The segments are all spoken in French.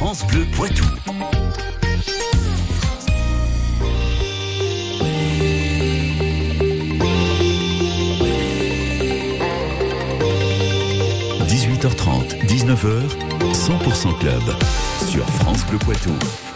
France Bleu Poitou. « 18h30, 19h, 100% Club sur France Bleu Poitou. »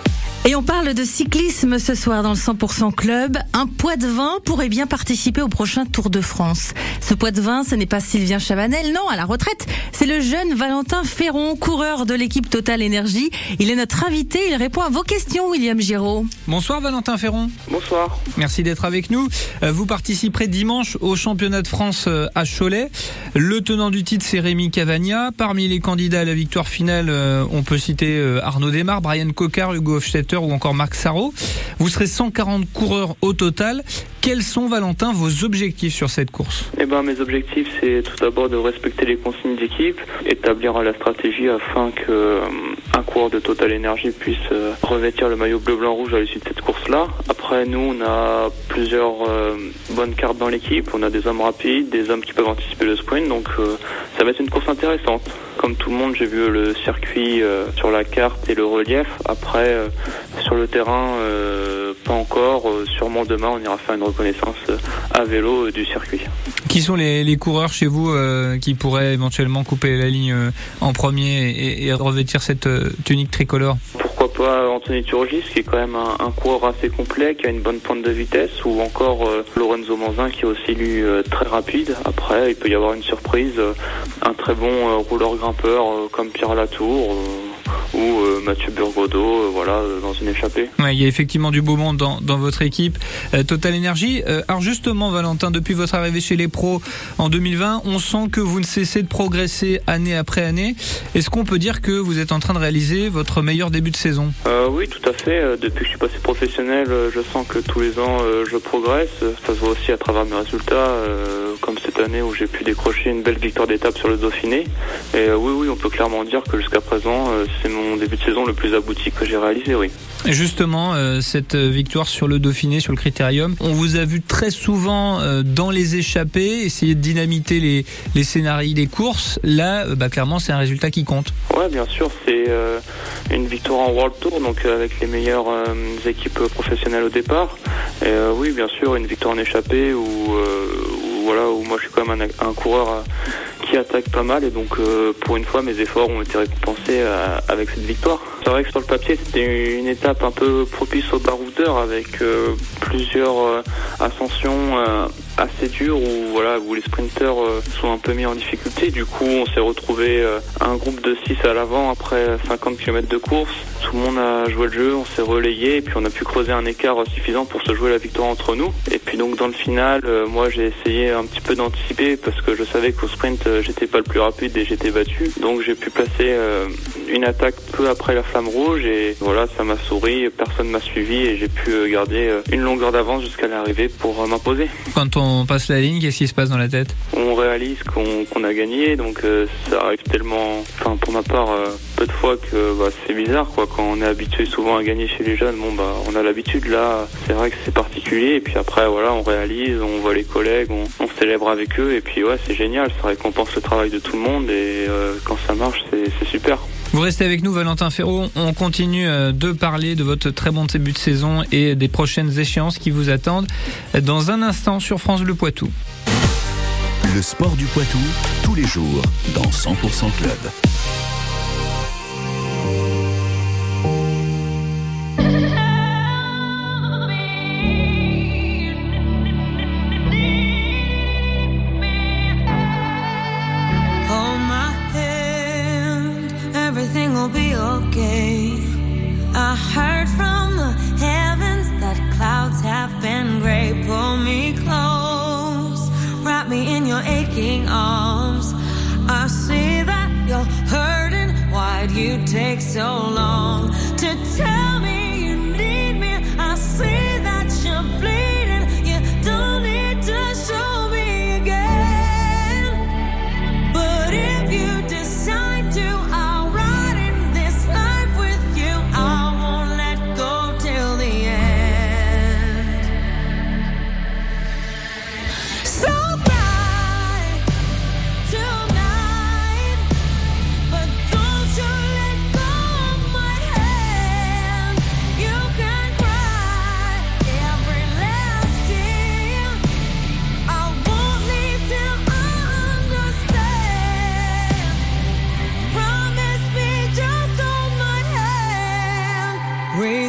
Et on parle de cyclisme ce soir dans le 100% Club. Un Poitevin pourrait bien participer au prochain Tour de France. Ce Poitevin, ce n'est pas Sylvain Chavanel, non, à la retraite. C'est le jeune Valentin Ferron, coureur de l'équipe Total Énergie. Il est notre invité, il répond à vos questions, William Giraud. Bonsoir Valentin Ferron. Bonsoir. Merci d'être avec nous. Vous participerez dimanche au championnat de France à Cholet. Le tenant du titre, c'est Rémi Cavagna. Parmi les candidats à la victoire finale, on peut citer Arnaud Desmar, Brian Cocard, Hugo Hofstetter ou encore Marc Sarrault. Vous serez 140 coureurs au total. Quels sont, Valentin, vos objectifs sur cette course ? Mes objectifs, c'est tout d'abord de respecter les consignes d'équipe, établir la stratégie afin que un coureur de Total Énergie puisse revêtir le maillot bleu-blanc-rouge à l'issue de cette course-là. Après, nous, on a plusieurs bonnes cartes dans l'équipe. On a des hommes rapides, des hommes qui peuvent anticiper le sprint, donc ça va être une course intéressante. Comme tout le monde, j'ai vu le circuit sur la carte et le relief. Après, sur le terrain, pas encore. Sûrement demain, on ira faire une reconnaissance à vélo du circuit. Qui sont les coureurs chez vous qui pourraient éventuellement couper la ligne en premier et revêtir cette tunique tricolore ? Pourquoi pas Anthony Turgis, qui est quand même un coureur assez complet, qui a une bonne pointe de vitesse, ou encore Lorenzo Manzin, qui est aussi lui très rapide. Après, il peut y avoir une surprise, un très bon rouleur-grimpeur comme Pierre Latour ou Mathieu Burgodeau, dans une échappée. Ouais, il y a effectivement du beau monde dans votre équipe Total Énergie. Alors justement, Valentin, depuis votre arrivée chez les pros en 2020, on sent que vous ne cessez de progresser année après année. Est-ce qu'on peut dire que vous êtes en train de réaliser votre meilleur début de saison ? Oui, tout à fait. Depuis que je suis passé professionnel, je sens que tous les ans, je progresse. Ça se voit aussi à travers mes résultats, comme cette année où j'ai pu décrocher une belle victoire d'étape sur le Dauphiné. Et oui, on peut clairement dire que jusqu'à présent, c'est mon début de saison le plus abouti que j'ai réalisé, oui. Justement, cette victoire sur le Dauphiné, sur le Critérium, on vous a vu très souvent dans les échappées, essayer de dynamiter les scénarios des courses. Là, clairement, c'est un résultat qui compte. Ouais, bien sûr, c'est une victoire en World Tour, donc avec les meilleures équipes professionnelles au départ. Et oui, bien sûr, une victoire en échappée où moi je suis quand même un coureur qui attaque pas mal, et donc pour une fois mes efforts ont été récompensés avec cette victoire. C'est vrai que sur le papier c'était une étape un peu propice aux baroudeurs, avec plusieurs ascensions assez dures où les sprinteurs sont un peu mis en difficulté. Du coup on s'est retrouvé un groupe de 6 à l'avant après 50 km de course. Tout le monde a joué le jeu, on s'est relayé et puis on a pu creuser un écart suffisant pour se jouer la victoire entre nous. Et puis donc dans le final, moi j'ai essayé un petit peu d'anticiper parce que je savais qu'au sprint j'étais pas le plus rapide et j'étais battu. Donc j'ai pu placer une attaque peu après la flamme rouge et ça m'a souri, personne m'a suivi et j'ai pu garder une longueur d'avance jusqu'à l'arrivée pour m'imposer. Quand on passe la ligne, qu'est-ce qui se passe dans la tête ? On réalise qu'on a gagné, donc ça arrive tellement, pour ma part, peu de fois que c'est bizarre quoi. Quand on est habitué souvent à gagner chez les jeunes, on a l'habitude. Là, c'est vrai que c'est particulier. Et puis après, on réalise, on voit les collègues, on célèbre avec eux. Et puis c'est génial, ça récompense le travail de tout le monde. Et quand ça marche, c'est super. Vous restez avec nous, Valentin Ferron. On continue de parler de votre très bon début de saison et des prochaines échéances qui vous attendent dans un instant sur France Bleu Poitou. Le sport du Poitou, tous les jours, dans 100% Club. Everything will be okay. I heard from the heavens that clouds have been gray. Pull me close, wrap me in your aching arms. I see that you're hurting. Why'd you take so long to tell me you need me? I see that you're bleeding. You don't need to show me again. But if you decide to, I'll ride in this life with you. I won't let go till the end. So bright tonight, but don't you let go of my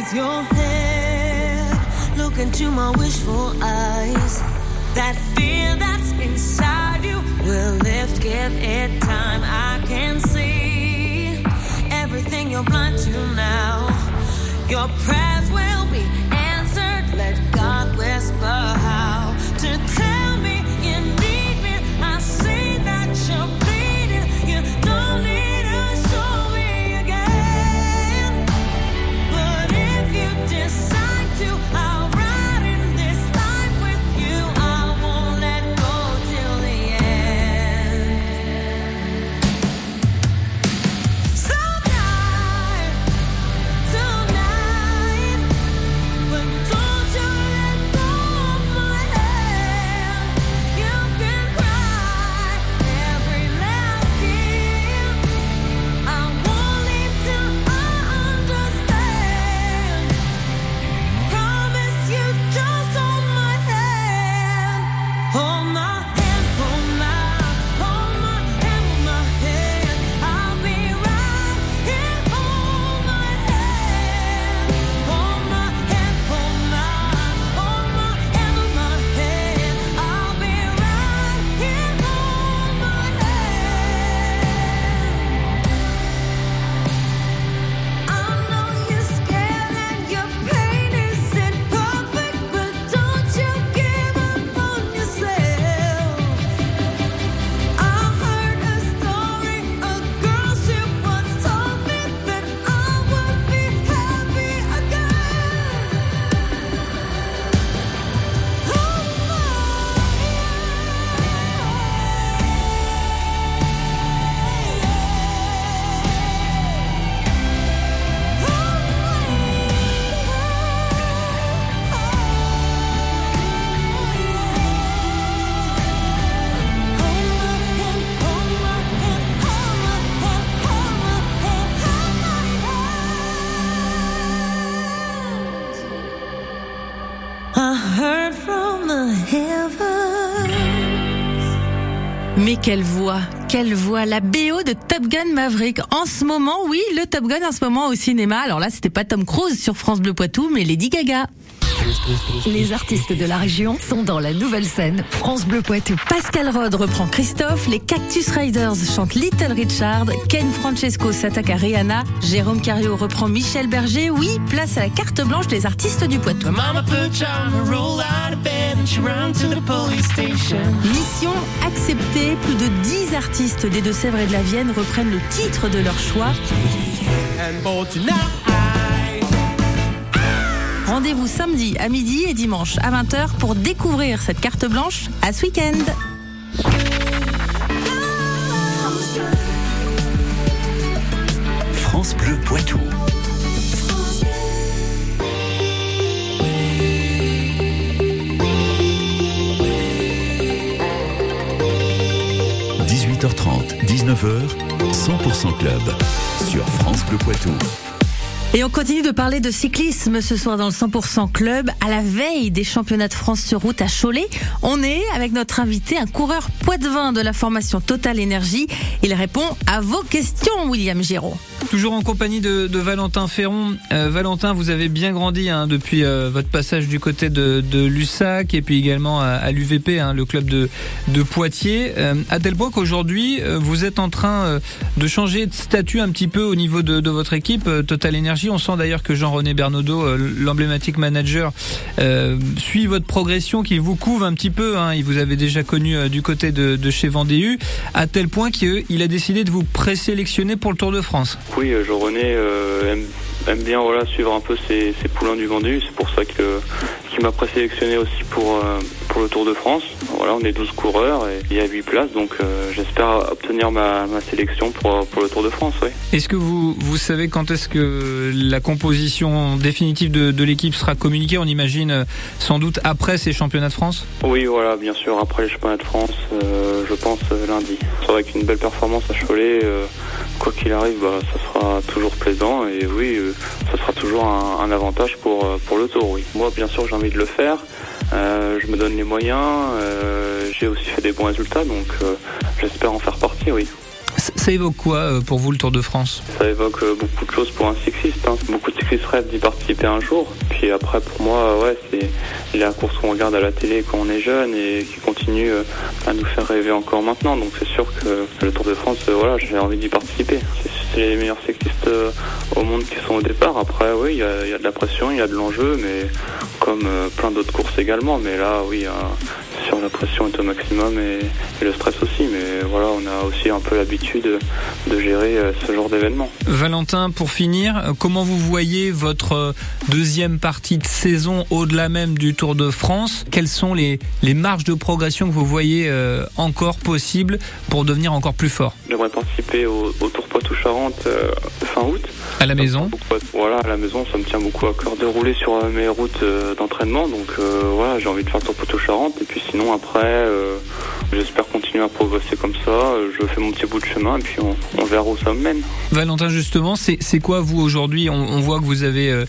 raise your head, look into my wishful eyes. That fear that's inside you will lift, give it time. I can see everything you're blind to now. Your prayers will be answered. Let God whisper how to tell me you need me. I see that you're bleeding. You don't need to show me again. But if you decide to, I'll ride in this life with you. I won't let go till the end. So tonight, but don't you let go of my hand. You can cry every last tear. I won't leave till I understand. Promise you just hold my hand. Hold my hand, hold my hand, hold my hand. I'll be right here. Hold my hand. Hold my hand, hold my hand, hold my hand. I'll be right here. Hold my hand. I know you're scared and your pain isn't perfect, but don't you give up on yourself. I heard a story, a girl she once told me that I would be happy again. I heard from the heavens. Mais quelle voix, la BO de Top Gun Maverick. En ce moment, oui, le Top Gun en ce moment au cinéma. Alors là, c'était pas Tom Cruise sur France Bleu Poitou, mais Lady Gaga. Les artistes de la région sont dans la nouvelle scène France Bleu Poitou. Pascal Rode reprend Christophe, les Cactus Riders chantent Little Richard, Ken Francesco s'attaque à Rihanna, Jérôme Cario reprend Michel Berger. Oui, place à la carte blanche des artistes du Poitou. Mission acceptée, plus de 10 artistes des Deux-Sèvres et de la Vienne reprennent le titre de leur choix. Rendez-vous samedi à midi et dimanche à 20h pour découvrir cette carte blanche à ce week-end. France Bleu Poitou. – 18h30, 19h, 100% Club sur France Bleu Poitou. Et on continue de parler de cyclisme ce soir dans le 100% Club. À la veille des championnats de France sur route à Cholet, on est avec notre invité, un coureur poitevin de la formation Total Énergie. Il répond à vos questions, William Giraud. Toujours en compagnie de Valentin Ferron. Valentin, vous avez bien grandi depuis votre passage du côté de l'USAC et puis également à l'UVP, le club de Poitiers, à tel point qu'aujourd'hui, vous êtes en train de changer de statut un petit peu au niveau de votre équipe Total Énergie. On sent d'ailleurs que Jean-René Bernaudot, l'emblématique manager, suit votre progression, qu'il vous couvre un petit peu. Il vous avait déjà connu du côté de chez Vendée, à tel point qu'il a décidé de vous présélectionner pour le Tour de France. Oui, Jean-René aime bien suivre un peu ses poulains du Vendée. C'est pour ça qu'il m'a présélectionné aussi pour le Tour de France. Voilà, on est 12 coureurs et il y a 8 places, donc j'espère obtenir ma sélection pour le Tour de France. Oui. Est-ce que vous savez quand est-ce que la composition définitive de l'équipe sera communiquée? On imagine sans doute après ces championnats de France? Oui, voilà, bien sûr, après les championnats de France, je pense lundi. C'est vrai qu'une belle performance à Cholet, quoi qu'il arrive, ça sera toujours plaisant et oui, ça sera toujours un avantage pour le Tour. Oui. Moi, bien sûr, j'ai envie de le faire. Je me donne les moyens. J'ai aussi fait des bons résultats, donc j'espère en faire partie. Oui. Ça évoque quoi pour vous le Tour de France ? Ça évoque beaucoup de choses pour un cycliste. Beaucoup de cyclistes rêvent d'y participer un jour. Puis après, pour moi, c'est la course qu'on regarde à la télé quand on est jeune et qui continue à nous faire rêver encore maintenant. Donc c'est sûr que le Tour de France, j'ai envie d'y participer. C'est les meilleurs cyclistes au monde qui sont au départ. Après, oui, il y a de la pression, il y a de l'enjeu, mais comme plein d'autres courses également. Mais là, oui, sur la pression est au maximum et le stress aussi. Mais voilà, on a aussi un peu l'habitude de gérer ce genre d'événement. Valentin, pour finir, comment vous voyez votre deuxième partie de saison au-delà même du Tour de France ? Quelles sont les marges de progression que vous voyez encore possibles pour devenir encore plus fort ? J'aimerais participer au Tour Poitou-Charentes fin août. À la maison ? Voilà, à la maison, ça me tient beaucoup à cœur de rouler sur mes routes d'entraînement. Donc j'ai envie de faire le Tour Poitou-Charentes. Et puis sinon, après, j'espère continuer à progresser comme ça. Je fais mon petit bout de chemin et puis on verra où ça me mène. Valentin, justement, c'est quoi vous aujourd'hui ? On voit que vous avez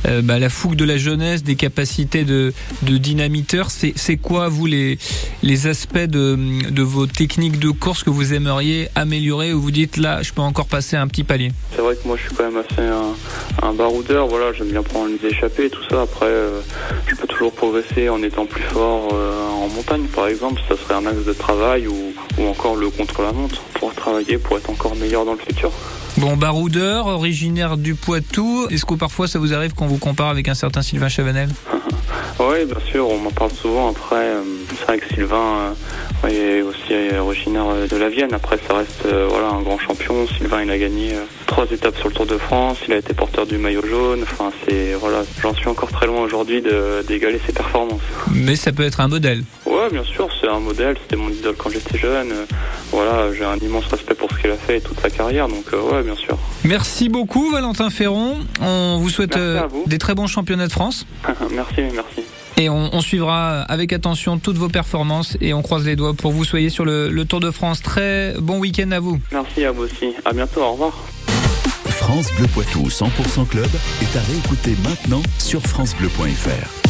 la fougue de la jeunesse, des capacités de dynamiteur. C'est quoi, vous, les aspects de vos techniques de course que vous aimeriez améliorer, où vous dites là, je peux encore passer un petit palier ? C'est vrai que moi, je suis quand même assez un baroudeur. Voilà, j'aime bien prendre les échappées et tout ça. Après, je peux toujours progresser en étant plus fort en montagne, par exemple. Ça serait un axe de travail ou encore le contre-la-montre pour travailler, pour être encore meilleur dans le futur. Bon, baroudeur, originaire du Poitou, est-ce que parfois ça vous arrive qu'on vous compare avec un certain Sylvain Chavanel ? Oui, bien sûr, on m'en parle souvent. Après, c'est vrai que Sylvain est aussi originaire de la Vienne. Après, ça reste un grand champion. Sylvain, il a gagné 3 étapes sur le Tour de France. Il a été porteur du maillot jaune. Enfin, j'en suis encore très loin aujourd'hui d'égaler ses performances. Mais ça peut être un modèle. Ouais, bien sûr, c'est un modèle. C'était mon idole quand j'étais jeune. J'ai un immense respect pour ce qu'il a fait et toute sa carrière. Donc, bien sûr. Merci beaucoup, Valentin Ferron. On vous souhaite des très bons championnats de France. Merci. Et on suivra avec attention toutes vos performances et on croise les doigts pour que vous soyez sur le Tour de France. Très bon week-end à vous. Merci à vous aussi. À bientôt, au revoir. France Bleu Poitou 100% Club est à réécouter maintenant sur francebleu.fr.